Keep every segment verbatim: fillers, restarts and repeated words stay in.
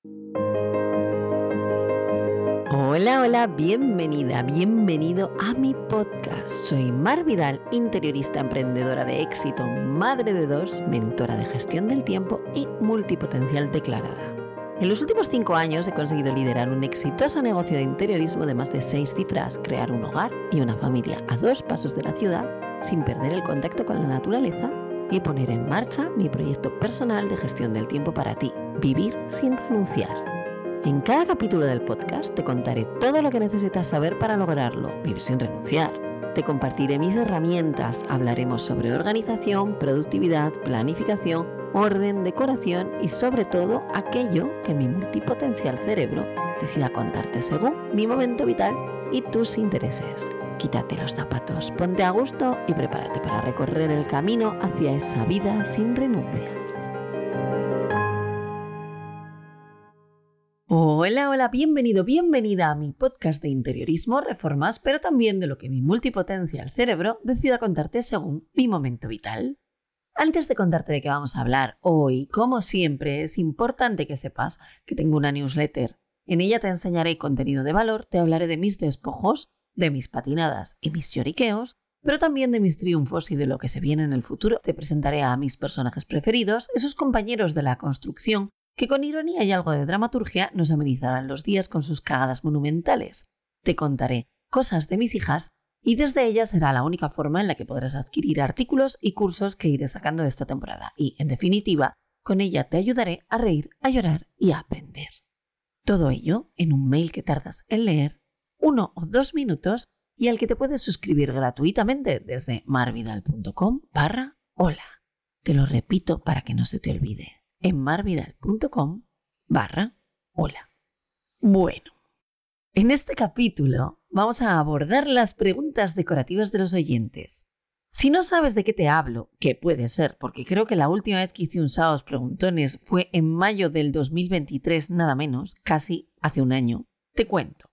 Hola, hola, bienvenida, bienvenido a mi podcast. Soy Mar Vidal, interiorista emprendedora de éxito, madre de dos, mentora de gestión del tiempo y multipotencial declarada. En los últimos cinco años he conseguido liderar un exitoso negocio de interiorismo de más de seis cifras, crear un hogar y una familia a dos pasos de la ciudad sin perder el contacto con la naturaleza y poner en marcha mi proyecto personal de gestión del tiempo para ti, vivir sin renunciar. En cada capítulo del podcast te contaré todo lo que necesitas saber para lograrlo, vivir sin renunciar. Te compartiré mis herramientas, hablaremos sobre organización, productividad, planificación, orden, decoración y sobre todo aquello que mi multipotencial cerebro decida contarte según mi momento vital y tus intereses. Quítate los zapatos, ponte a gusto y prepárate para recorrer el camino hacia esa vida sin renuncias. Hola, hola, bienvenido, bienvenida a mi podcast de interiorismo, reformas, pero también de lo que mi multipotencial cerebro decida contarte según mi momento vital. Antes de contarte de qué vamos a hablar hoy, como siempre, es importante que sepas que tengo una newsletter. En ella te enseñaré contenido de valor, te hablaré de mis despojos, de mis patinadas y mis lloriqueos, pero también de mis triunfos y de lo que se viene en el futuro. Te presentaré a mis personajes preferidos, esos compañeros de la construcción que con ironía y algo de dramaturgia nos amenizarán los días con sus cagadas monumentales. Te contaré cosas de mis hijas y desde ellas será la única forma en la que podrás adquirir artículos y cursos que iré sacando de esta temporada. Y, en definitiva, con ella te ayudaré a reír, a llorar y a aprender. Todo ello en un mail que tardas en leer uno o dos minutos y al que te puedes suscribir gratuitamente desde marvidal.com barra hola. Te lo repito para que no se te olvide. En marvidal.com barra hola. Bueno, en este capítulo vamos a abordar las preguntas decorativas de los oyentes. Si no sabes de qué te hablo, que puede ser, porque creo que la última vez que hice un sábados preguntones fue en mayo del dos mil veintitrés, nada menos, casi hace un año, te cuento.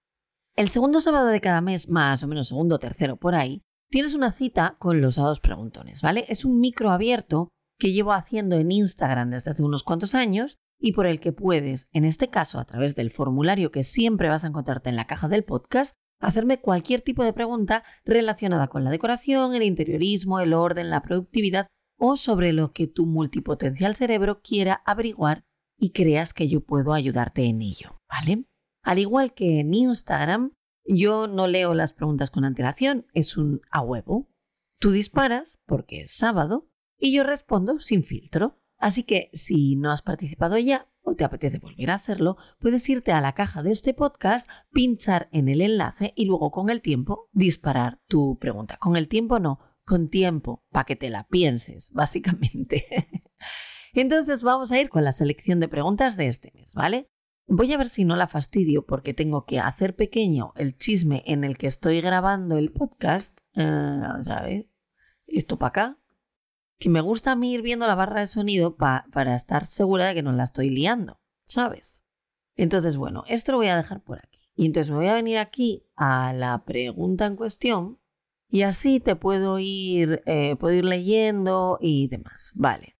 El segundo sábado de cada mes, más o menos segundo o tercero por ahí, tienes una cita con los sábados preguntones, ¿vale? Es un micro abierto que llevo haciendo en Instagram desde hace unos cuantos años y por el que puedes, en este caso a través del formulario que siempre vas a encontrarte en la caja del podcast, hacerme cualquier tipo de pregunta relacionada con la decoración, el interiorismo, el orden, la productividad o sobre lo que tu multipotencial cerebro quiera averiguar y creas que yo puedo ayudarte en ello, ¿vale? Al igual que en Instagram, yo no leo las preguntas con antelación, es un a huevo. Tú disparas porque es sábado y yo respondo sin filtro. Así que si no has participado ya o te apetece volver a hacerlo, puedes irte a la caja de este podcast, pinchar en el enlace y luego con el tiempo disparar tu pregunta. Con el tiempo no, con tiempo, para que te la pienses, básicamente. Entonces vamos a ir con la selección de preguntas de este mes, ¿vale? Voy a ver si no la fastidio porque tengo que hacer pequeño el chisme en el que estoy grabando el podcast. Uh, ¿Sabes? Esto para acá. Que me gusta a mí ir viendo la barra de sonido pa- para estar segura de que no la estoy liando, ¿sabes? Entonces, bueno, esto lo voy a dejar por aquí. Y entonces me voy a venir aquí a la pregunta en cuestión y así te puedo ir, eh, puedo ir leyendo y demás, ¿vale?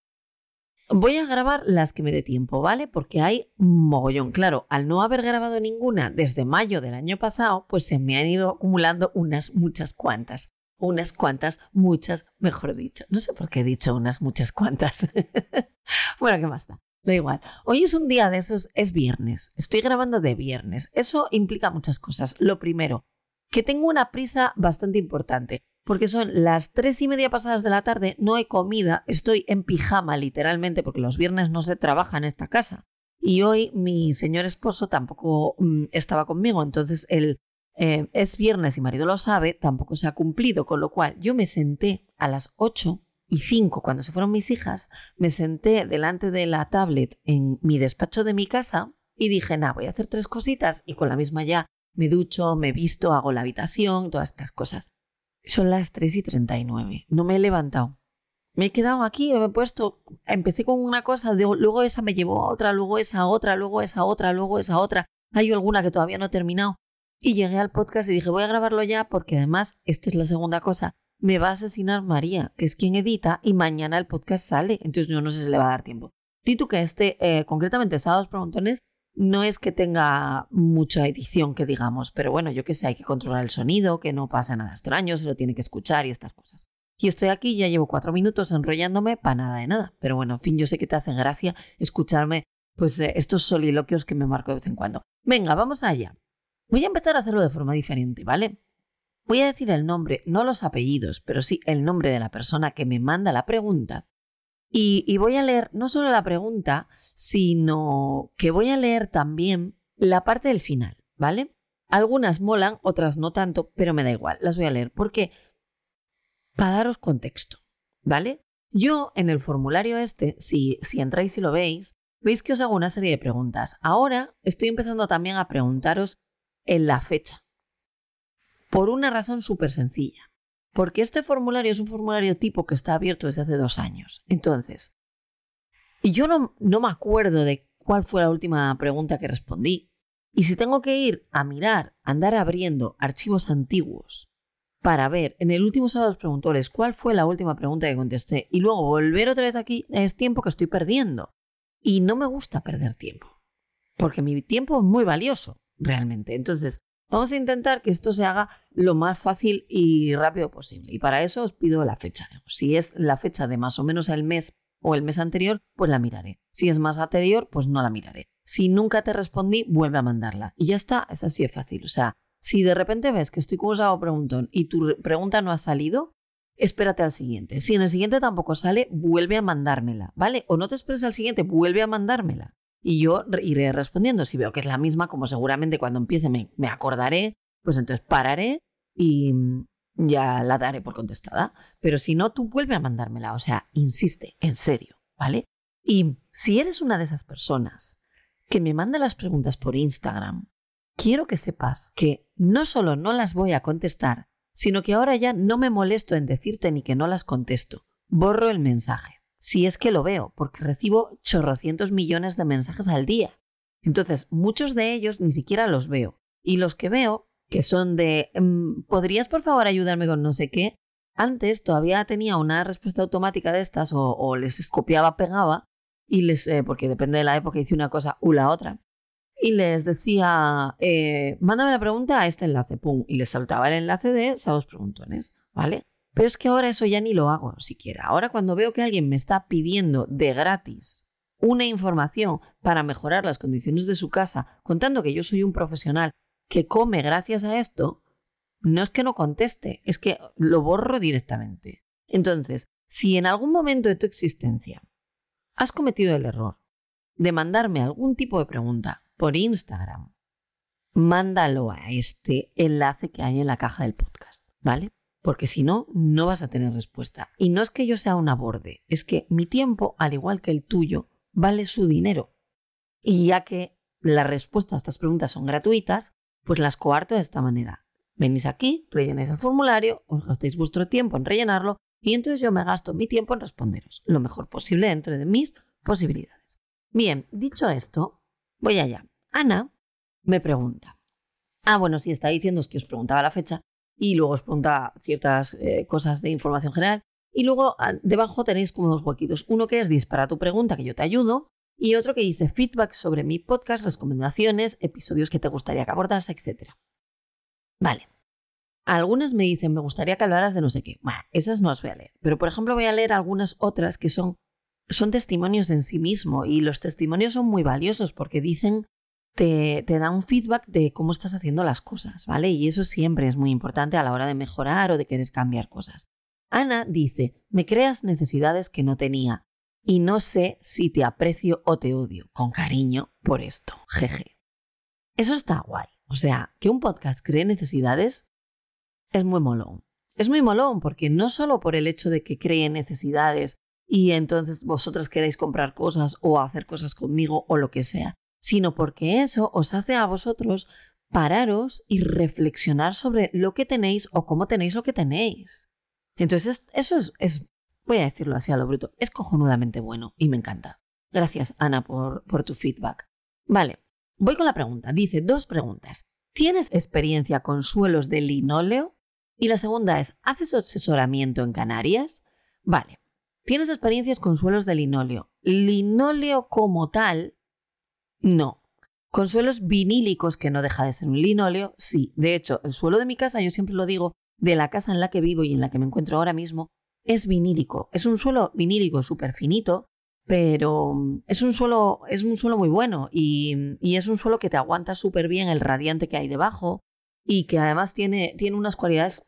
Voy a grabar las que me dé tiempo, ¿vale? Porque hay un mogollón. Claro, al no haber grabado ninguna desde mayo del año pasado, pues se me han ido acumulando unas muchas cuantas. Unas cuantas, muchas, mejor dicho. No sé por qué he dicho unas muchas cuantas. Bueno, ¿qué más da? Da igual. Hoy es un día de esos, es viernes. Estoy grabando de viernes. Eso implica muchas cosas. Lo primero, que tengo una prisa bastante importante, porque son las tres y media pasadas de la tarde, no he comida, estoy en pijama literalmente, porque los viernes no se trabaja en esta casa. Y hoy mi señor esposo tampoco mmm, estaba conmigo, entonces el Eh, es viernes y marido lo sabe, tampoco se ha cumplido, con lo cual yo me senté a las ocho y cinco, cuando se fueron mis hijas, me senté delante de la tablet en mi despacho de mi casa y dije, nah, voy a hacer tres cositas y con la misma ya me ducho, me visto, hago la habitación, todas estas cosas. Son las tres y treinta y nueve, no me he levantado. Me he quedado aquí, me he puesto, empecé con una cosa, luego esa me llevó a otra, luego esa otra, luego esa otra, luego esa otra. Hay alguna que todavía no he terminado. Y llegué al podcast y dije, voy a grabarlo ya porque además, esta es la segunda cosa, me va a asesinar María, que es quien edita, y mañana el podcast sale. Entonces yo no sé si le va a dar tiempo. Di tú que este, eh, concretamente Sábados Preguntones, no es que tenga mucha edición que digamos, pero bueno, yo qué sé, hay que controlar el sonido, que no pase nada extraño, se lo tiene que escuchar y estas cosas. Y estoy aquí, ya llevo cuatro minutos enrollándome para nada de nada. Pero bueno, en fin, yo sé que te hacen gracia escucharme pues eh, estos soliloquios que me marco de vez en cuando. Venga, vamos allá. Voy a empezar a hacerlo de forma diferente, ¿vale? Voy a decir el nombre, no los apellidos, pero sí el nombre de la persona que me manda la pregunta. Y, y voy a leer no solo la pregunta, sino que voy a leer también la parte del final, ¿vale? Algunas molan, otras no tanto, pero me da igual, las voy a leer. ¿Por qué? Para daros contexto, ¿vale? Yo en el formulario este, si, si entráis y lo veis, veis que os hago una serie de preguntas. Ahora estoy empezando también a preguntaros en la fecha. Por una razón súper sencilla. Porque este formulario es un formulario tipo que está abierto desde hace dos años. Entonces, y yo no, no me acuerdo de cuál fue la última pregunta que respondí. Y si tengo que ir a mirar, andar abriendo archivos antiguos para ver en el último Sábados Preguntones cuál fue la última pregunta que contesté y luego volver otra vez aquí, es tiempo que estoy perdiendo. Y no me gusta perder tiempo. Porque mi tiempo es muy valioso, realmente. Entonces, vamos a intentar que esto se haga lo más fácil y rápido posible. Y para eso os pido la fecha. Si es la fecha de más o menos el mes o el mes anterior, pues la miraré. Si es más anterior, pues no la miraré. Si nunca te respondí, vuelve a mandarla. Y ya está, es así de fácil. O sea, si de repente ves que estoy con un Sábado Preguntón y tu pregunta no ha salido, espérate al siguiente. Si en el siguiente tampoco sale, vuelve a mandármela, ¿vale? O no te esperes al siguiente, vuelve a mandármela. Y yo iré respondiendo. Si veo que es la misma, como seguramente cuando empiece me, me acordaré, pues entonces pararé y ya la daré por contestada. Pero si no, tú vuelve a mandármela. O sea, insiste, en serio, ¿vale? Y si eres una de esas personas que me manda las preguntas por Instagram, quiero que sepas que no solo no las voy a contestar, sino que ahora ya no me molesto en decirte ni que no las contesto. Borro el mensaje. Si es que lo veo, porque recibo chorrocientos millones de mensajes al día. Entonces, muchos de ellos ni siquiera los veo. Y los que veo, que son de ¿podrías por favor ayudarme con no sé qué? Antes todavía tenía una respuesta automática de estas o, o les copiaba, pegaba, y les eh, porque depende de la época hice una cosa u la otra. Y les decía, eh, mándame la pregunta a este enlace, pum, y les saltaba el enlace de Sábados Preguntones, ¿vale? Pero es que ahora eso ya ni lo hago siquiera. Ahora cuando veo que alguien me está pidiendo de gratis una información para mejorar las condiciones de su casa, contando que yo soy un profesional que come gracias a esto, no es que no conteste, es que lo borro directamente. Entonces, si en algún momento de tu existencia has cometido el error de mandarme algún tipo de pregunta por Instagram, mándalo a este enlace que hay en la caja del podcast, ¿vale? Porque si no, no vas a tener respuesta. Y no es que yo sea una borde, es que mi tiempo, al igual que el tuyo, vale su dinero. Y ya que las respuestas a estas preguntas son gratuitas, pues las coarto de esta manera. Venís aquí, rellenáis el formulario, os gastáis vuestro tiempo en rellenarlo y entonces yo me gasto mi tiempo en responderos lo mejor posible dentro de mis posibilidades. Bien, dicho esto, voy allá. Ana me pregunta. Ah, bueno, sí, está diciendo que os preguntaba la fecha. Y luego os pregunta ciertas eh, cosas de información general. Y luego debajo tenéis como dos huequitos. Uno que es dispara tu pregunta, que yo te ayudo. Y otro que dice feedback sobre mi podcast, recomendaciones, episodios que te gustaría que abordase, etcétera. Vale. Algunas me dicen, me gustaría que hablaras de no sé qué. Bueno, esas no las voy a leer. Pero, por ejemplo, voy a leer algunas otras que son, son testimonios en sí mismo. Y los testimonios son muy valiosos porque dicen... Te, te da un feedback de cómo estás haciendo las cosas, ¿vale? Y eso siempre es muy importante a la hora de mejorar o de querer cambiar cosas. Ana dice, me creas necesidades que no tenía y no sé si te aprecio o te odio. Con cariño por esto, jeje. Eso está guay. O sea, que un podcast cree necesidades es muy molón. Es muy molón porque no solo por el hecho de que cree necesidades y entonces vosotras queréis comprar cosas o hacer cosas conmigo o lo que sea, sino porque eso os hace a vosotros pararos y reflexionar sobre lo que tenéis o cómo tenéis lo que tenéis. Entonces, eso es, es, voy a decirlo así a lo bruto, es cojonudamente bueno y me encanta. Gracias, Ana, por, por tu feedback. Vale, voy con la pregunta. Dice dos preguntas. ¿Tienes experiencia con suelos de linóleo? Y la segunda es, ¿haces asesoramiento en Canarias? Vale, ¿tienes experiencias con suelos de linóleo? linóleo como tal, no. Con suelos vinílicos, que no deja de ser un linóleo, sí. De hecho, el suelo de mi casa, yo siempre lo digo, de la casa en la que vivo y en la que me encuentro ahora mismo, es vinílico. Es un suelo vinílico súper finito, pero es un suelo, es un suelo muy bueno y, y es un suelo que te aguanta súper bien el radiante que hay debajo y que además tiene, tiene unas cualidades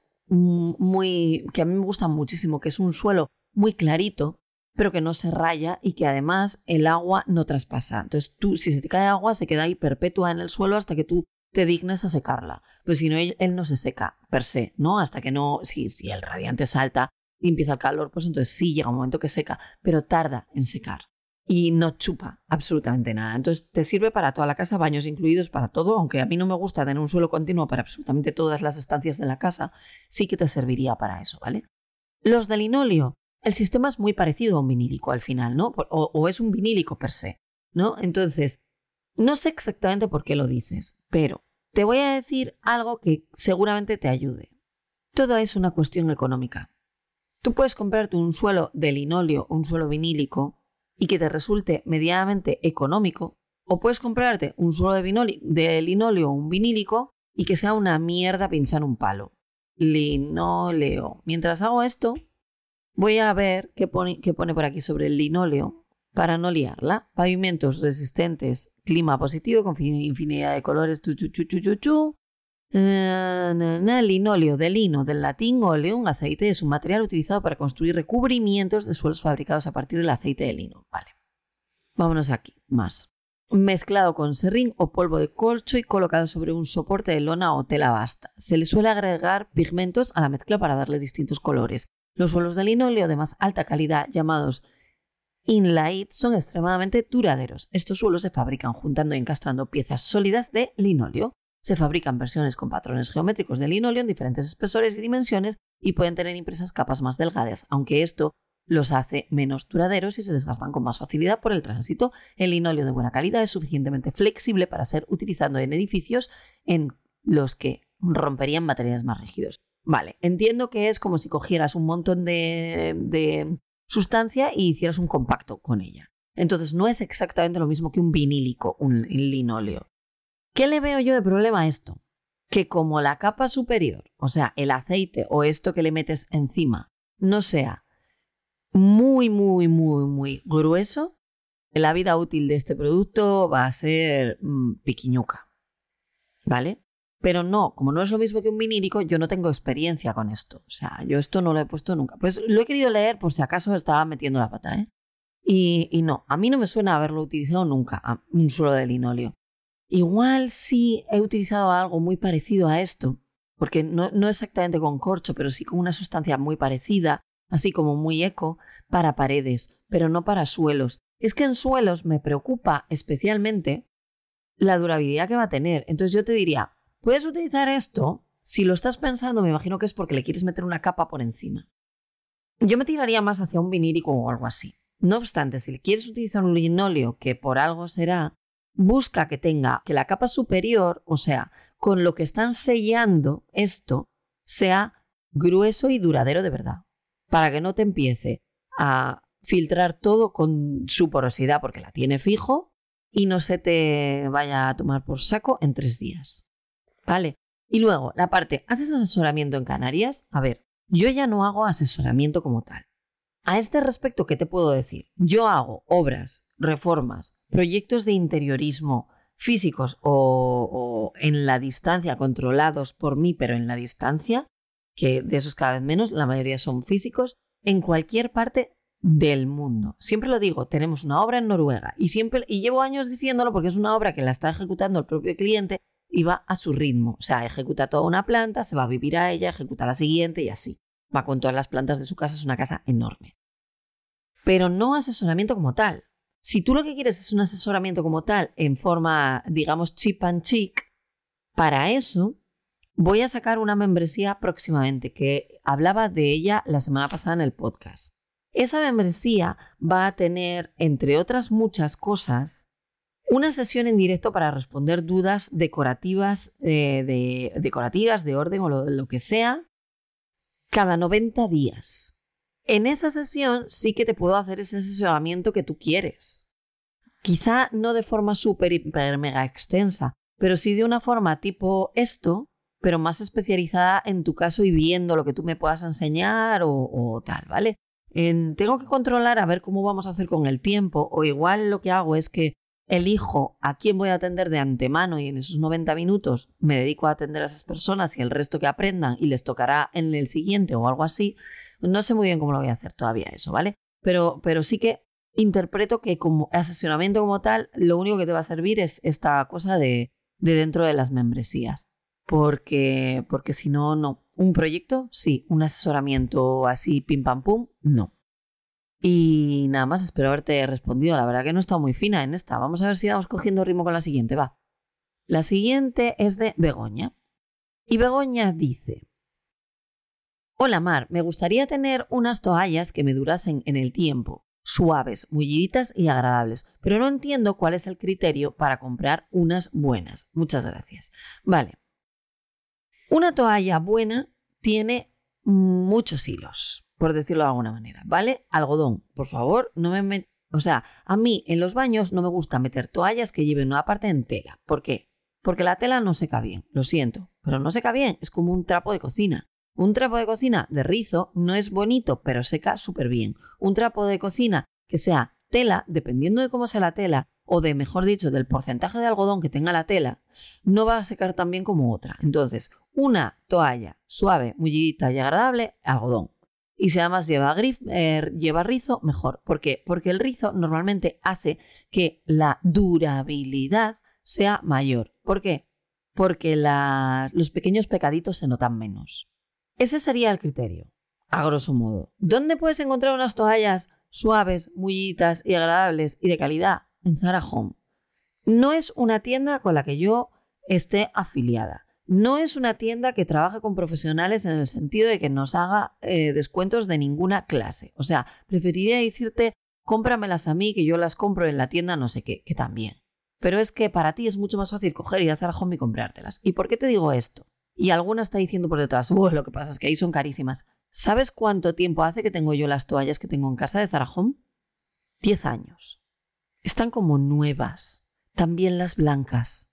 muy que a mí me gustan muchísimo, que es un suelo muy clarito, pero que no se raya y que además el agua no traspasa. Entonces tú, si se te cae agua, se queda ahí perpetua en el suelo hasta que tú te dignes a secarla. Pues si no, él, él no se seca per se, ¿no? Hasta que no, si, si el radiante salta y empieza el calor, pues entonces sí llega un momento que seca, pero tarda en secar y no chupa absolutamente nada. Entonces te sirve para toda la casa, baños incluidos, para todo, aunque a mí no me gusta tener un suelo continuo para absolutamente todas las estancias de la casa, sí que te serviría para eso, ¿vale? Los de linóleo, el sistema es muy parecido a un vinílico al final, ¿no? O, o es un vinílico per se, ¿no? Entonces, no sé exactamente por qué lo dices, pero te voy a decir algo que seguramente te ayude. Todo es una cuestión económica. Tú puedes comprarte un suelo de linóleo, un suelo vinílico, y que te resulte medianamente económico, o puedes comprarte un suelo de, vinoli- de linóleo o un vinílico y que sea una mierda pinchar un palo. Linóleo. Mientras hago esto, voy a ver qué pone, qué pone por aquí sobre el linóleo para no liarla. Pavimentos resistentes, clima positivo con infinidad de colores, chu, chu, chu, chu, chu, chu. Uh, na, na, linóleo, de lino, del latín oleum, aceite, es un material utilizado para construir recubrimientos de suelos fabricados a partir del aceite de lino. Vale, vámonos aquí, más. Mezclado con serrín o polvo de corcho y colocado sobre un soporte de lona o tela basta. Se le suele agregar pigmentos a la mezcla para darle distintos colores. Los suelos de linóleo de más alta calidad, llamados inlaid, son extremadamente duraderos. Estos suelos se fabrican juntando y encastrando piezas sólidas de linóleo. Se fabrican versiones con patrones geométricos de linóleo en diferentes espesores y dimensiones y pueden tener impresas capas más delgadas, aunque esto los hace menos duraderos y se desgastan con más facilidad por el tránsito. El linóleo de buena calidad es suficientemente flexible para ser utilizado en edificios en los que romperían materiales más rígidos. Vale, entiendo que es como si cogieras un montón de, de sustancia y hicieras un compacto con ella. Entonces no es exactamente lo mismo que un vinílico, un linóleo. ¿Qué le veo yo de problema a esto? Que como la capa superior, o sea, el aceite o esto que le metes encima, no sea muy, muy, muy, muy grueso, la vida útil de este producto va a ser mmm, piquiñuca, ¿vale? Pero no, como no es lo mismo que un vinílico, yo no tengo experiencia con esto. O sea, yo esto no lo he puesto nunca. Pues lo he querido leer por si acaso estaba metiendo la pata, ¿eh? Y, y no, a mí no me suena haberlo utilizado nunca, un suelo de linóleo. Igual sí he utilizado algo muy parecido a esto, porque no, no exactamente con corcho, pero sí con una sustancia muy parecida, así como muy eco, para paredes, pero no para suelos. Es que en suelos me preocupa especialmente la durabilidad que va a tener. Entonces yo te diría, puedes utilizar esto, si lo estás pensando, me imagino que es porque le quieres meter una capa por encima. Yo me tiraría más hacia un vinílico o algo así. No obstante, si le quieres utilizar un linóleo, que por algo será, busca que tenga, que la capa superior, o sea, con lo que están sellando esto, sea grueso y duradero de verdad. Para que no te empiece a filtrar todo con su porosidad, porque la tiene fijo, y no se te vaya a tomar por saco en tres días. ¿Vale? Y luego, la parte, ¿haces asesoramiento en Canarias? A ver, yo ya no hago asesoramiento como tal. A este respecto, ¿qué te puedo decir? Yo hago obras, reformas, proyectos de interiorismo físicos o, o en la distancia, controlados por mí, pero en la distancia, que de esos cada vez menos, la mayoría son físicos, en cualquier parte del mundo. Siempre lo digo, tenemos una obra en Noruega y, siempre, y llevo años diciéndolo porque es una obra que la está ejecutando el propio cliente y va a su ritmo. O sea, ejecuta toda una planta, se va a vivir a ella, ejecuta la siguiente y así. Va con todas las plantas de su casa, es una casa enorme. Pero no asesoramiento como tal. Si tú lo que quieres es un asesoramiento como tal, en forma, digamos, cheap and chic, para eso voy a sacar una membresía próximamente, que hablaba de ella la semana pasada en el podcast. Esa membresía va a tener, entre otras muchas cosas, una sesión en directo para responder dudas decorativas, eh, de, decorativas de orden o lo, lo que sea, cada noventa días. En esa sesión sí que te puedo hacer ese asesoramiento que tú quieres. Quizá no de forma súper, hiper, mega extensa, pero sí de una forma tipo esto, pero más especializada en tu caso y viendo lo que tú me puedas enseñar o, o tal, ¿vale? En, tengo que controlar a ver cómo vamos a hacer con el tiempo, o igual lo que hago es que elijo a quién voy a atender de antemano y en esos noventa minutos me dedico a atender a esas personas y el resto que aprendan y les tocará en el siguiente o algo así. No sé muy bien cómo lo voy a hacer todavía eso, ¿vale? Pero, pero sí que interpreto que como asesoramiento como tal, lo único que te va a servir es esta cosa de, de dentro de las membresías. Porque, porque si no, no. Un proyecto, sí. Un asesoramiento así, pim pam pum, no. Y nada más, espero haberte respondido. La verdad que no he estado muy fina en esta. Vamos a ver si vamos cogiendo ritmo con la siguiente, va. La siguiente es de Begoña. Y Begoña dice: Hola Mar, me gustaría tener unas toallas que me durasen en el tiempo, suaves, mulliditas y agradables, pero no entiendo cuál es el criterio para comprar unas buenas. Muchas gracias. Vale. Una toalla buena tiene muchos hilos, por decirlo de alguna manera, ¿vale? Algodón, por favor, no me met... O sea, a mí en los baños no me gusta meter toallas que lleven una parte en tela. ¿Por qué? Porque la tela no seca bien, lo siento, pero no seca bien, es como un trapo de cocina. Un trapo de cocina de rizo no es bonito, pero seca súper bien. Un trapo de cocina que sea tela, dependiendo de cómo sea la tela, o de, mejor dicho, del porcentaje de algodón que tenga la tela, no va a secar tan bien como otra. Entonces, una toalla suave, mullidita y agradable, algodón. Y si además lleva, grif, eh, lleva rizo, mejor. ¿Por qué? Porque el rizo normalmente hace que la durabilidad sea mayor. ¿Por qué? Porque la, los pequeños pecaditos se notan menos. Ese sería el criterio, a grosso modo. ¿Dónde puedes encontrar unas toallas suaves, mulliditas y agradables y de calidad? En Zara Home. No es una tienda con la que yo esté afiliada. No es una tienda que trabaje con profesionales en el sentido de que nos haga eh, descuentos de ninguna clase. O sea, preferiría decirte, cómpramelas a mí, que yo las compro en la tienda no sé qué, que también. Pero es que para ti es mucho más fácil coger y ir a Zara Home y comprártelas. ¿Y por qué te digo esto? Y alguna está diciendo por detrás, uy, lo que pasa es que ahí son carísimas. ¿Sabes cuánto tiempo hace que tengo yo las toallas que tengo en casa de Zara Home? Diez años. Están como nuevas, también las blancas.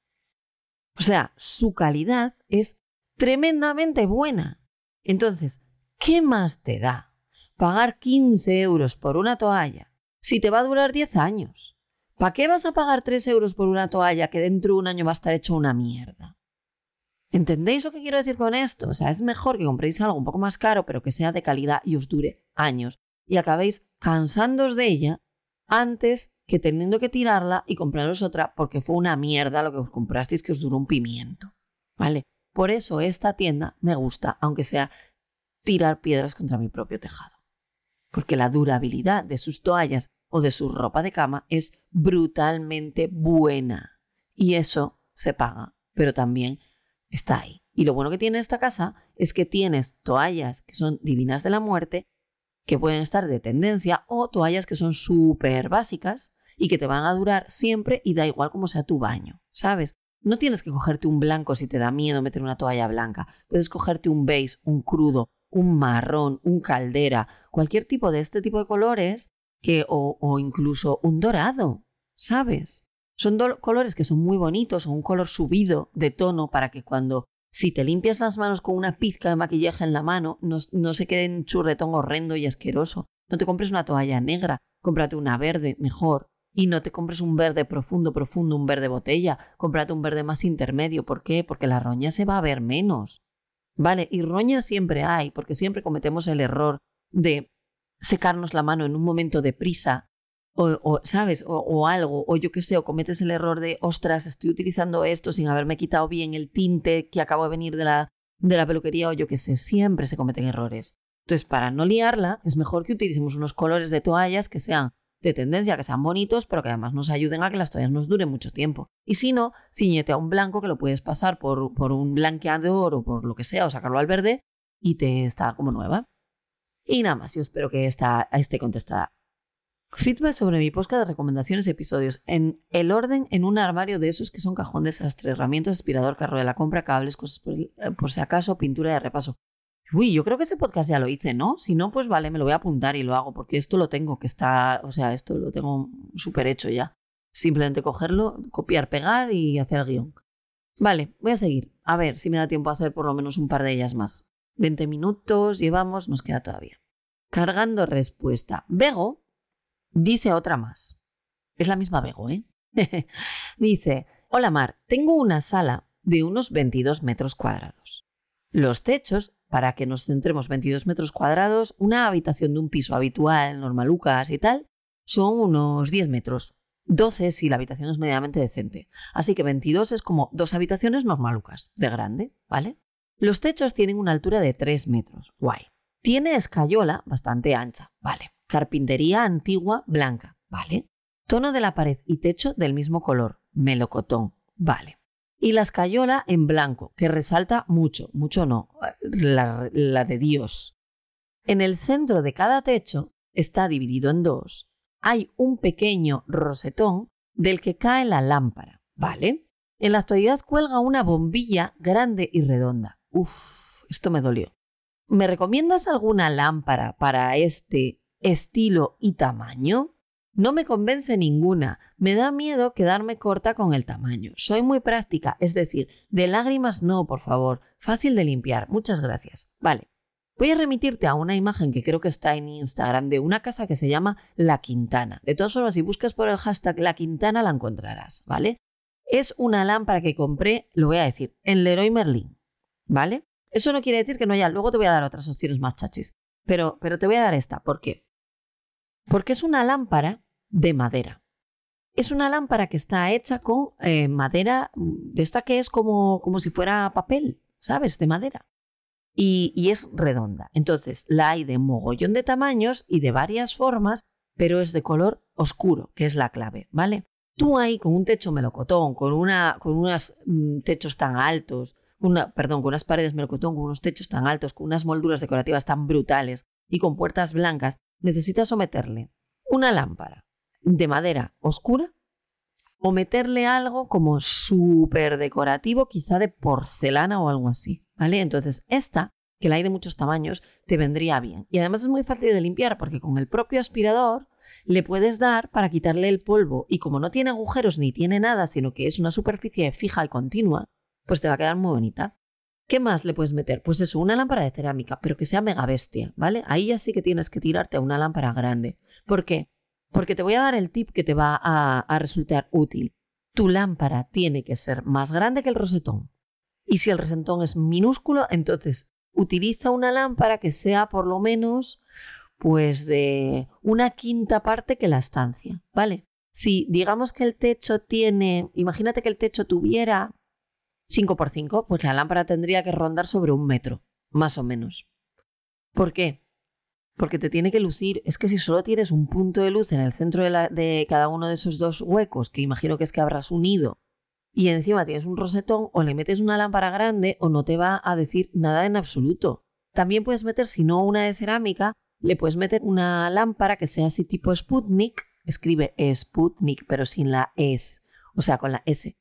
O sea, su calidad es tremendamente buena. Entonces, ¿qué más te da pagar quince euros por una toalla si te va a durar diez años? ¿Para qué vas a pagar tres euros por una toalla que dentro de un año va a estar hecho una mierda? ¿Entendéis lo que quiero decir con esto? O sea, es mejor que compréis algo un poco más caro, pero que sea de calidad y os dure años y acabéis cansándoos de ella antes que teniendo que tirarla y compraros otra porque fue una mierda lo que os comprasteis que os duró un pimiento, ¿vale? Por eso esta tienda me gusta, aunque sea tirar piedras contra mi propio tejado. Porque la durabilidad de sus toallas o de su ropa de cama es brutalmente buena. Y eso se paga, pero también está ahí. Y lo bueno que tiene esta casa es que tienes toallas que son divinas de la muerte, que pueden estar de tendencia, o toallas que son súper básicas y que te van a durar siempre y da igual cómo sea tu baño, ¿sabes? No tienes que cogerte un blanco si te da miedo meter una toalla blanca. Puedes cogerte un beige, un crudo, un marrón, un caldera, cualquier tipo de este tipo de colores que, o, o incluso un dorado, ¿sabes? Son do- colores que son muy bonitos o un color subido de tono para que cuando, si te limpias las manos con una pizca de maquillaje en la mano, no, no se quede en churretón horrendo y asqueroso. No te compres una toalla negra, cómprate una verde, mejor. Y no te compres un verde profundo, profundo, un verde botella. Cómprate un verde más intermedio. ¿Por qué? Porque la roña se va a ver menos. Vale, y roña siempre hay, porque siempre cometemos el error de secarnos la mano en un momento de prisa, o, o ¿sabes? O, o algo, o yo qué sé, o cometes el error de, ostras, estoy utilizando esto sin haberme quitado bien el tinte que acabo de venir de la, de la peluquería, o yo qué sé, siempre se cometen errores. Entonces, para no liarla, es mejor que utilicemos unos colores de toallas que sean de tendencia, que sean bonitos, pero que además nos ayuden a que las toallas nos duren mucho tiempo. Y si no, ciñete a un blanco que lo puedes pasar por, por un blanqueador o por lo que sea, o sacarlo al verde y te está como nueva. Y nada más, yo espero que esta esté contestada. Feedback sobre mi podcast de recomendaciones y episodios. En el orden, en un armario de esos que son cajón desastre, herramientas, aspirador, carro de la compra, cables, cosas por, por si acaso, pintura de repaso. Uy, yo creo que ese podcast ya lo hice, ¿no? Si no, pues vale, me lo voy a apuntar y lo hago, porque esto lo tengo, que está, o sea, esto lo tengo súper hecho ya. Simplemente cogerlo, copiar, pegar y hacer el guión. Vale, voy a seguir. A ver si me da tiempo a hacer por lo menos un par de ellas más. veinte minutos llevamos, nos queda todavía. Cargando respuesta. Bego dice otra más. Es la misma Bego, ¿eh? Dice, hola Mar, tengo una sala de unos veintidós metros cuadrados. Los techos, para que nos centremos, veintidós metros cuadrados, una habitación de un piso habitual, normalucas y tal, son unos diez metros. doce si la habitación es medianamente decente. Así que veintidós es como dos habitaciones normalucas, de grande, ¿vale? Los techos tienen una altura de tres metros. Guay. Tiene escayola bastante ancha, ¿vale? Carpintería antigua blanca, ¿vale? Tono de la pared y techo del mismo color, melocotón, ¿vale? Y la escayola en blanco, que resalta mucho, mucho no, la, la de Dios. En el centro de cada techo está dividido en dos. Hay un pequeño rosetón del que cae la lámpara, ¿vale? En la actualidad cuelga una bombilla grande y redonda. Uf, esto me dolió. ¿Me recomiendas alguna lámpara para este estilo y tamaño? No me convence ninguna. Me da miedo quedarme corta con el tamaño. Soy muy práctica, es decir, de lágrimas no, por favor. Fácil de limpiar. Muchas gracias. Vale. Voy a remitirte a una imagen que creo que está en Instagram de una casa que se llama La Quintana. De todas formas, si buscas por el hashtag La Quintana la encontrarás, ¿vale? Es una lámpara que compré, lo voy a decir, en Leroy Merlin, ¿vale? Eso no quiere decir que no haya... Luego te voy a dar otras opciones más chachis. Pero, pero te voy a dar esta. ¿Por qué? Porque es una lámpara de madera. Es una lámpara que está hecha con eh, madera de esta que es como, como si fuera papel, ¿sabes? De madera. Y, y es redonda. Entonces, la hay de mogollón de tamaños y de varias formas, pero es de color oscuro, que es la clave, ¿vale? Tú ahí con un techo melocotón, con, una, con unos mm, techos tan altos, una, perdón, con unas paredes melocotón, con unos techos tan altos, con unas molduras decorativas tan brutales y con puertas blancas, necesitas someterle una lámpara de madera oscura o meterle algo como súper decorativo, quizá de porcelana o algo así, ¿vale? Entonces esta, que la hay de muchos tamaños, te vendría bien. Y además es muy fácil de limpiar porque con el propio aspirador le puedes dar para quitarle el polvo y como no tiene agujeros ni tiene nada, sino que es una superficie fija y continua, pues te va a quedar muy bonita. ¿Qué más le puedes meter? Pues eso, una lámpara de cerámica, pero que sea mega bestia, ¿vale? Ahí ya sí que tienes que tirarte a una lámpara grande. ¿Por qué? Porque te voy a dar el tip que te va a, a resultar útil. Tu lámpara tiene que ser más grande que el rosetón. Y si el rosetón es minúsculo, entonces utiliza una lámpara que sea por lo menos pues de una quinta parte que la estancia, ¿vale? Si digamos que el techo tiene, imagínate que el techo tuviera cinco por cinco, pues la lámpara tendría que rondar sobre un metro, más o menos. ¿Por qué? Porque te tiene que lucir. Es que si solo tienes un punto de luz en el centro de, la, de cada uno de esos dos huecos, que imagino que es que habrás unido, y encima tienes un rosetón, o le metes una lámpara grande o no te va a decir nada en absoluto. También puedes meter, si no una de cerámica, le puedes meter una lámpara que sea así tipo Sputnik. Escribe Sputnik, pero sin la S, o sea, con la S.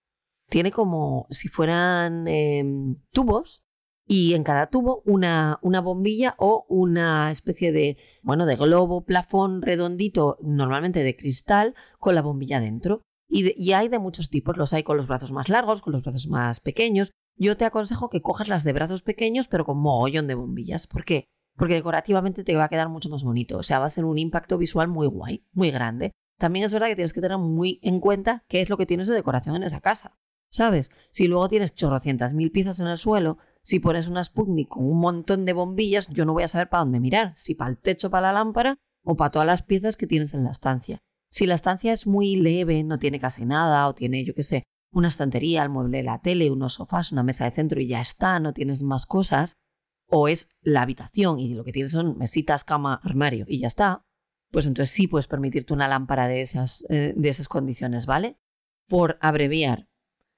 Tiene como si fueran eh, tubos y en cada tubo una, una bombilla o una especie de, bueno, de globo, plafón redondito, normalmente de cristal, con la bombilla dentro. Y, de, y hay de muchos tipos, los hay con los brazos más largos, con los brazos más pequeños. Yo te aconsejo que cojas las de brazos pequeños, pero con mogollón de bombillas. ¿Por qué? Porque decorativamente te va a quedar mucho más bonito. O sea, va a ser un impacto visual muy guay, muy grande. También es verdad que tienes que tener muy en cuenta qué es lo que tienes de decoración en esa casa. ¿Sabes? Si luego tienes chorrocientas mil piezas en el suelo, si pones una Sputnik con un montón de bombillas, yo no voy a saber para dónde mirar. Si para el techo, para la lámpara o para todas las piezas que tienes en la estancia. Si la estancia es muy leve, no tiene casi nada o tiene, yo qué sé, una estantería, el mueble de la tele, unos sofás, una mesa de centro y ya está, no tienes más cosas, o es la habitación y lo que tienes son mesitas, cama, armario y ya está, pues entonces sí puedes permitirte una lámpara de esas, eh, de esas condiciones, ¿vale? Por abreviar,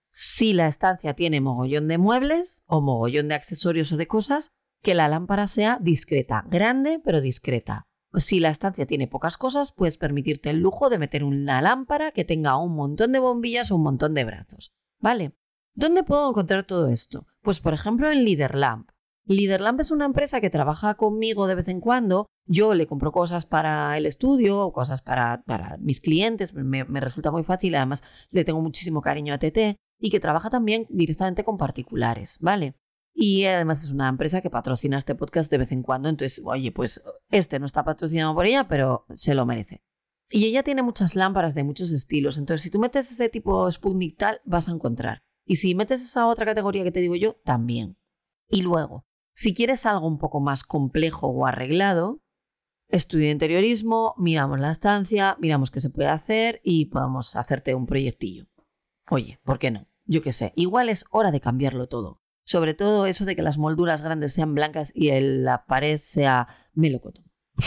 si la estancia tiene mogollón de muebles o mogollón de accesorios o de cosas, que la lámpara sea discreta, grande pero discreta. Si la estancia tiene pocas cosas, puedes permitirte el lujo de meter una lámpara que tenga un montón de bombillas o un montón de brazos, ¿vale? ¿Dónde puedo encontrar todo esto? Pues por ejemplo en Leader Lamp. Leaderlamp es una empresa que trabaja conmigo de vez en cuando. Yo le compro cosas para el estudio, cosas para, para mis clientes, me, me resulta muy fácil, además le tengo muchísimo cariño a T T, y que trabaja también directamente con particulares, ¿vale? Y además es una empresa que patrocina este podcast de vez en cuando, entonces, oye, pues este no está patrocinado por ella, pero se lo merece. Y ella tiene muchas lámparas de muchos estilos, entonces si tú metes ese tipo Sputnik tal, vas a encontrar. Y si metes esa otra categoría que te digo yo, también. Y luego, si quieres algo un poco más complejo o arreglado, estudio de interiorismo, miramos la estancia, miramos qué se puede hacer y podemos hacerte un proyectillo. Oye, ¿por qué no? Yo qué sé, igual es hora de cambiarlo todo. Sobre todo eso de que las molduras grandes sean blancas y el, la pared sea melocotón.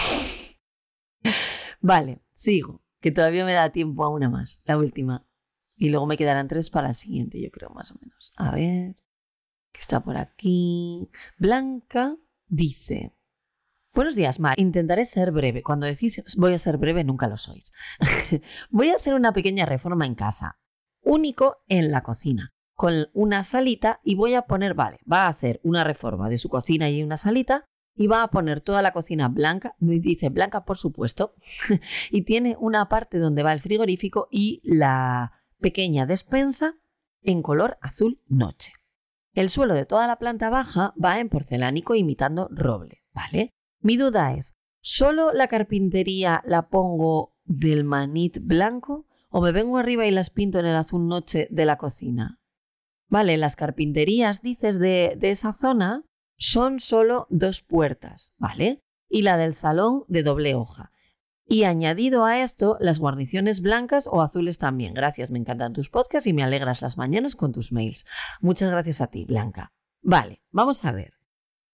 Vale, sigo, que todavía me da tiempo a una más, la última. Y luego me quedarán tres para el siguiente, yo creo, más o menos. A ver, ¿qué está por aquí? Blanca dice: buenos días, Mar. Intentaré ser breve. Cuando decís voy a ser breve, nunca lo sois. Voy a hacer una pequeña reforma en casa. Único en la cocina, con una salita, y voy a poner, vale, va a hacer una reforma de su cocina y una salita, y va a poner toda la cocina blanca, dice blanca por supuesto, y tiene una parte donde va el frigorífico y la pequeña despensa en color azul noche. El suelo de toda la planta baja va en porcelánico imitando roble, ¿vale? Mi duda es, ¿solo la carpintería la pongo del manit blanco o me vengo arriba y las pinto en el azul noche de la cocina? Vale, las carpinterías, dices, de, de esa zona son solo dos puertas, ¿vale? Y la del salón de doble hoja. Y añadido a esto, las guarniciones blancas o azules también. Gracias, me encantan tus podcasts y me alegras las mañanas con tus mails. Muchas gracias a ti, Blanca. Vale, vamos a ver.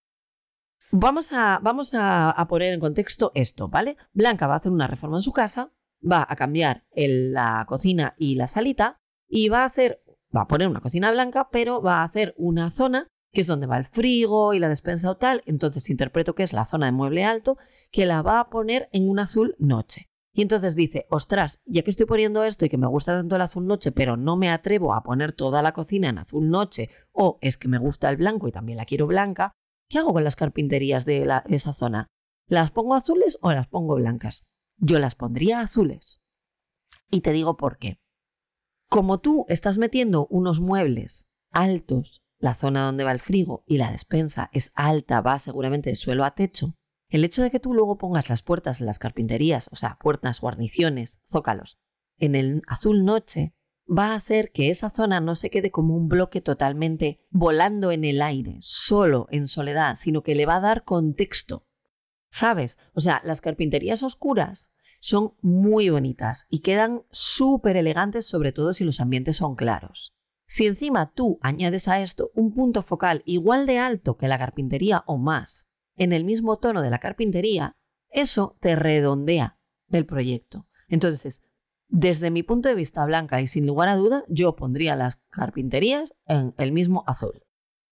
Vamos a, vamos a, a poner en contexto esto, ¿vale? Blanca va a hacer una reforma en su casa, va a cambiar el, la cocina y la salita y va a hacer, va a poner una cocina blanca, pero va a hacer una zona que es donde va el frigo y la despensa o tal, entonces interpreto que es la zona de mueble alto, que la va a poner en un azul noche. Y entonces dice, ostras, ya que estoy poniendo esto y que me gusta tanto el azul noche, pero no me atrevo a poner toda la cocina en azul noche, o es que me gusta el blanco y también la quiero blanca, ¿qué hago con las carpinterías de, la, de esa zona? ¿Las pongo azules o las pongo blancas? Yo las pondría azules. Y te digo por qué. Como tú estás metiendo unos muebles altos, la zona donde va el frigo y la despensa es alta, va seguramente de suelo a techo, el hecho de que tú luego pongas las puertas en las carpinterías, o sea, puertas, guarniciones, zócalos, en el azul noche, va a hacer que esa zona no se quede como un bloque totalmente volando en el aire, solo, en soledad, sino que le va a dar contexto, ¿sabes? O sea, las carpinterías oscuras son muy bonitas y quedan súper elegantes, sobre todo si los ambientes son claros. Si encima tú añades a esto un punto focal igual de alto que la carpintería o más, en el mismo tono de la carpintería, eso te redondea el proyecto. Entonces, desde mi punto de vista, Blanca, y sin lugar a duda, yo pondría las carpinterías en el mismo azul.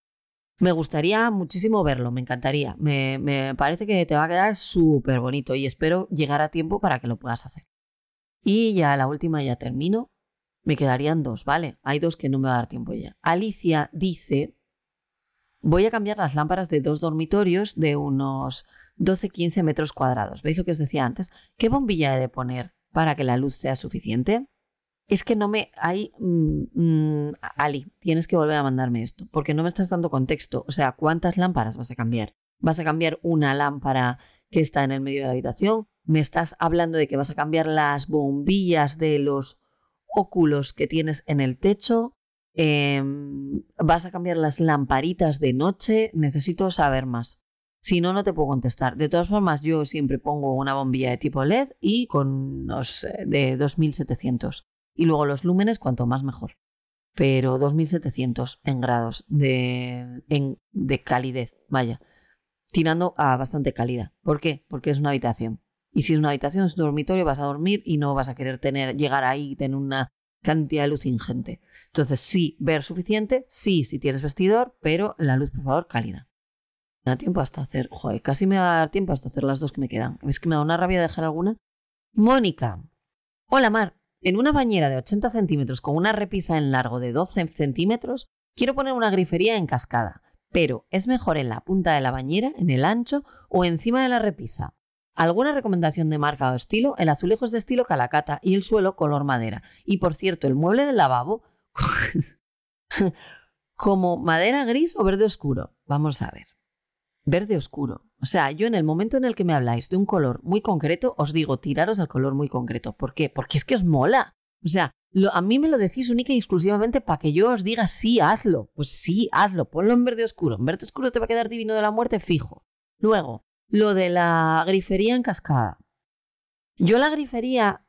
Me gustaría muchísimo verlo, me encantaría. Me, me parece que te va a quedar súper bonito y espero llegar a tiempo para que lo puedas hacer. Y ya la última, ya termino. Me quedarían dos, ¿vale? Hay dos que no me va a dar tiempo ya. Alicia dice, voy a cambiar las lámparas de dos dormitorios de unos doce a quince metros cuadrados. ¿Veis lo que os decía antes? ¿Qué bombilla he de poner para que la luz sea suficiente? Es que no me... Hay, mmm, mmm, Ali, tienes que volver a mandarme esto, porque no me estás dando contexto. O sea, ¿cuántas lámparas vas a cambiar? ¿Vas a cambiar una lámpara que está en el medio de la habitación? ¿Me estás hablando de que vas a cambiar las bombillas de los óculos que tienes en el techo? Eh, ¿Vas a cambiar las lamparitas de noche? Necesito saber más. Si no, no te puedo contestar. De todas formas, yo siempre pongo una bombilla de tipo L E D y con unos de dos mil setecientos. Y luego los lúmenes, cuanto más mejor. Pero dos mil setecientos en grados de, en, de calidez, vaya. Tirando a bastante calidad. ¿Por qué? Porque es una habitación. Y si es una habitación, es un dormitorio, vas a dormir y no vas a querer tener, llegar ahí y tener una cantidad de luz ingente. Entonces, sí, ver suficiente, sí, si tienes vestidor, pero la luz, por favor, cálida. Me da tiempo hasta hacer, joder, casi me va a dar tiempo hasta hacer las dos que me quedan. Es que me da una rabia dejar alguna. Mónica. Hola, Mar. En una bañera de ochenta centímetros con una repisa en largo de doce centímetros, quiero poner una grifería en cascada, pero es mejor en la punta de la bañera, en el ancho o encima de la repisa. ¿Alguna recomendación de marca o estilo? El azulejo es de estilo Calacata y el suelo color madera. Y por cierto, el mueble del lavabo como madera gris o verde oscuro. Vamos a ver. Verde oscuro. O sea, yo en el momento en el que me habláis de un color muy concreto, os digo tiraros al color muy concreto. ¿Por qué? Porque es que os mola. O sea, lo, a mí me lo decís única y exclusivamente para que yo os diga sí, hazlo. Pues sí, hazlo. Ponlo en verde oscuro. En verde oscuro te va a quedar divino de la muerte fijo. Luego, lo de la grifería en cascada. Yo la grifería...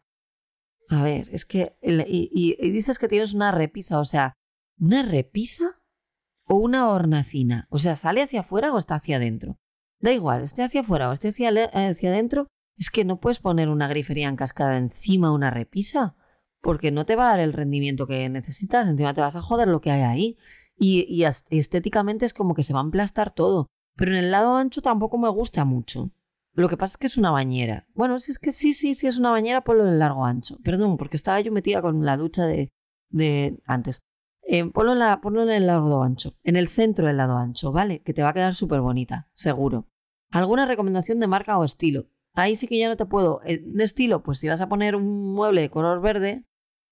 A ver, es que... Y, y, y dices que tienes una repisa, o sea, ¿una repisa o una hornacina? O sea, ¿sale hacia afuera o está hacia adentro? Da igual, esté hacia afuera o esté hacia, hacia adentro, es que no puedes poner una grifería en cascada encima de una repisa, porque no te va a dar el rendimiento que necesitas, encima te vas a joder lo que hay ahí. Y, y estéticamente es como que se va a emplastar todo. Pero en el lado ancho tampoco me gusta mucho. Lo que pasa es que es una bañera. Bueno, si es que sí, sí, sí es una bañera, ponlo en el largo ancho. Perdón, porque estaba yo metida con la ducha de, de antes. Eh, ponlo, en la, ponlo en el lado ancho. En el centro del lado ancho, ¿vale? Que te va a quedar súper bonita, seguro. ¿Alguna recomendación de marca o estilo? Ahí sí que ya no te puedo. De estilo, pues si vas a poner un mueble de color verde...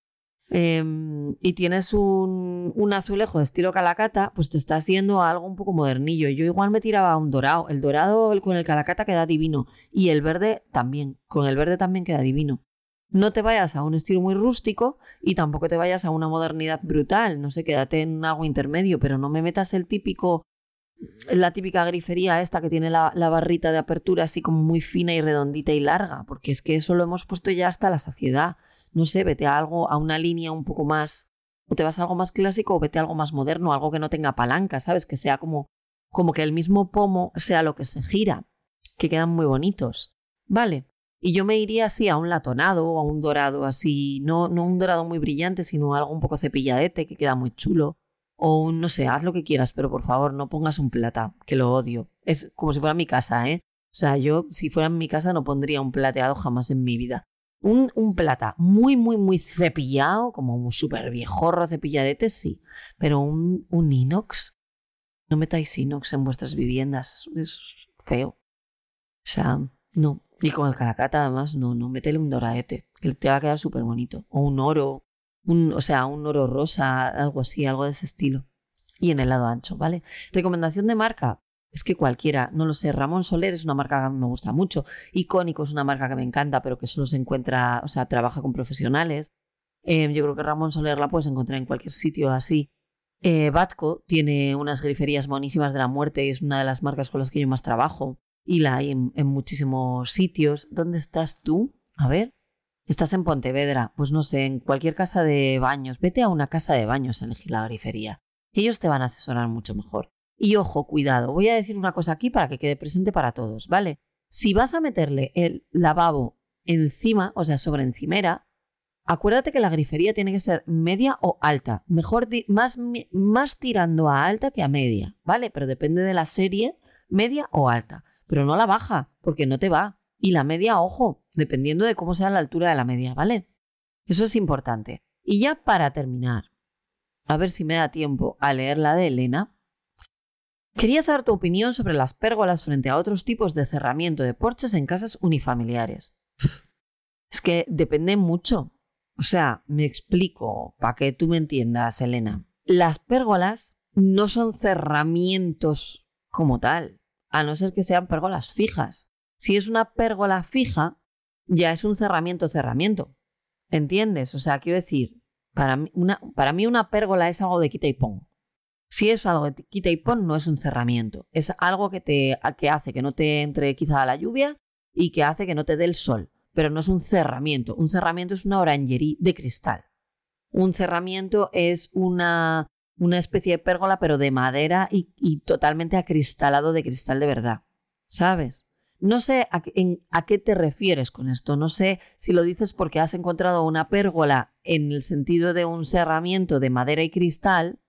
Eh, y tienes un, un azulejo de estilo Calacata, pues te estás yendo a algo un poco modernillo. Yo igual me tiraba a un dorado. El dorado el, con el Calacata queda divino. Y el verde también. Con el verde también queda divino. No te vayas a un estilo muy rústico y tampoco te vayas a una modernidad brutal. No sé, quédate en algo intermedio, pero no me metas el típico... La típica grifería esta que tiene la, la barrita de apertura así como muy fina y redondita y larga. Porque es que eso lo hemos puesto ya hasta la saciedad. No sé, vete a algo, a una línea un poco más, o te vas a algo más clásico o vete a algo más moderno, algo que no tenga palanca, ¿sabes? Que sea como, como que el mismo pomo sea lo que se gira, que quedan muy bonitos, ¿vale? Y yo me iría así a un latonado o a un dorado así, no, no un dorado muy brillante, sino algo un poco cepilladete que queda muy chulo, o un, no sé, haz lo que quieras, pero por favor no pongas un plata, que lo odio. Es como si fuera mi casa, ¿eh? O sea, yo si fuera en mi casa no pondría un plateado jamás en mi vida. Un, un plata muy, muy, muy cepillado, como un súper viejorro cepilladete, sí. Pero un, un inox, no metáis inox en vuestras viviendas, es feo. O sea, no. Y con el Calacata además, no, no, métele un doradete, que te va a quedar súper bonito. O un oro, un, o sea, un oro rosa, algo así, algo de ese estilo. Y en el lado ancho, ¿vale? Recomendación de marca. Es que cualquiera, no lo sé, Ramón Soler es una marca que a mí me gusta mucho, Icónico es una marca que me encanta, pero que solo se encuentra, o sea, trabaja con profesionales. Eh, yo creo que Ramón Soler la puedes encontrar en cualquier sitio así. Eh, Batco tiene unas griferías monísimas de la muerte y es una de las marcas con las que yo más trabajo y la hay en, en muchísimos sitios. ¿Dónde estás tú? A ver. Estás en Pontevedra, pues no sé, en cualquier casa de baños. Vete a una casa de baños a elegir la grifería. Ellos te van a asesorar mucho mejor. Y ojo, cuidado, voy a decir una cosa aquí para que quede presente para todos, ¿vale? Si vas a meterle el lavabo encima, o sea, sobre encimera, acuérdate que la grifería tiene que ser media o alta. Mejor, más, más tirando a alta que a media, ¿vale? Pero depende de la serie, media o alta. Pero no la baja, porque no te va. Y la media, ojo, dependiendo de cómo sea la altura de la media, ¿vale? Eso es importante. Y ya para terminar, a ver si me da tiempo a leer la de Elena. Quería saber tu opinión sobre las pérgolas frente a otros tipos de cerramiento de porches en casas unifamiliares. Es que depende mucho. O sea, me explico para que tú me entiendas, Elena. Las pérgolas no son cerramientos como tal, a no ser que sean pérgolas fijas. Si es una pérgola fija, ya es un cerramiento-cerramiento. ¿Entiendes? O sea, quiero decir, para mí una, para mí una pérgola es algo de quita y pon. Si es algo de quita y pon, no es un cerramiento. Es algo que, te, que hace que no te entre quizá la lluvia y que hace que no te dé el sol. Pero no es un cerramiento. Un cerramiento es una orangerie de cristal. Un cerramiento es una, una especie de pérgola, pero de madera y, y totalmente acristalado de cristal de verdad. ¿Sabes? No sé a, en, a qué te refieres con esto. No sé si lo dices porque has encontrado una pérgola en el sentido de un cerramiento de madera y cristal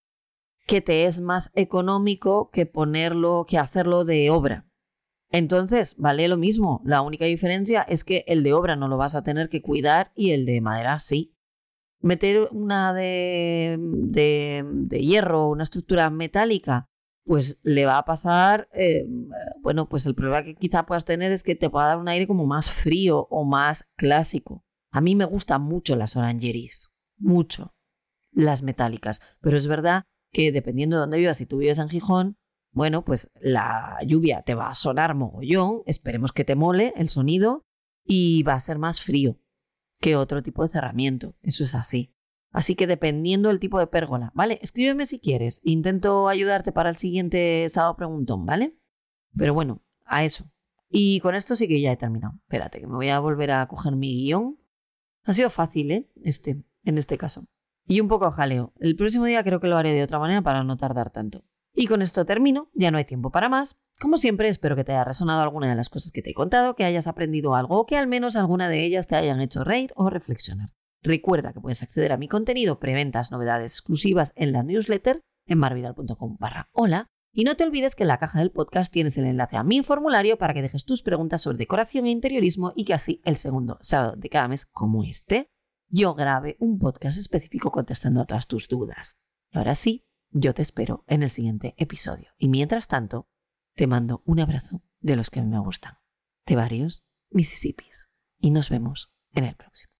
que te es más económico que ponerlo, que hacerlo de obra. Entonces, vale lo mismo. La única diferencia es que el de obra no lo vas a tener que cuidar y el de madera sí. Meter una de, de, de hierro, una estructura metálica pues le va a pasar, eh, bueno, pues el problema que quizá puedas tener es que te pueda dar un aire como más frío o más clásico. A mí me gustan mucho las orangeries, mucho, las metálicas, pero es verdad que dependiendo de dónde vivas, si tú vives en Gijón, bueno, pues la lluvia te va a sonar mogollón, esperemos que te mole el sonido y va a ser más frío que otro tipo de cerramiento, eso es así. Así que dependiendo del tipo de pérgola, ¿vale? Escríbeme si quieres, intento ayudarte para el siguiente sábado preguntón, ¿vale? Pero bueno, a eso. Y con esto sí que ya he terminado. Espérate, que me voy a volver a coger mi guión. Ha sido fácil, ¿eh? Este, en este caso. Y un poco jaleo. El próximo día creo que lo haré de otra manera para no tardar tanto. Y con esto termino, ya no hay tiempo para más. Como siempre, espero que te haya resonado alguna de las cosas que te he contado, que hayas aprendido algo o que al menos alguna de ellas te hayan hecho reír o reflexionar. Recuerda que puedes acceder a mi contenido, preventas, novedades exclusivas en la newsletter en marvidal.com barra hola. Y no te olvides que en la caja del podcast tienes el enlace a mi formulario para que dejes tus preguntas sobre decoración e interiorismo y que así el segundo sábado de cada mes, como este, yo grabe un podcast específico contestando a todas tus dudas. Y ahora sí, yo te espero en el siguiente episodio. Y mientras tanto, te mando un abrazo de los que a mí me gustan, de varios Mississippis. Y nos vemos en el próximo.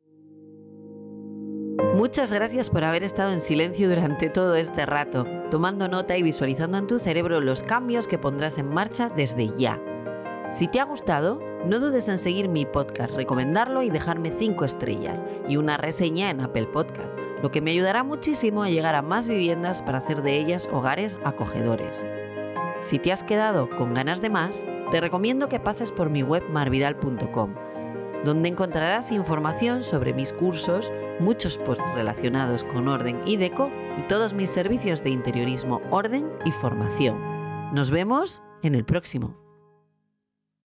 Muchas gracias por haber estado en silencio durante todo este rato, tomando nota y visualizando en tu cerebro los cambios que pondrás en marcha desde ya. Si te ha gustado, no dudes en seguir mi podcast, recomendarlo y dejarme cinco estrellas y una reseña en Apple Podcast, lo que me ayudará muchísimo a llegar a más viviendas para hacer de ellas hogares acogedores. Si te has quedado con ganas de más, te recomiendo que pases por mi web marvidal punto com, donde encontrarás información sobre mis cursos, muchos posts relacionados con orden y deco y todos mis servicios de interiorismo, orden y formación. Nos vemos en el próximo.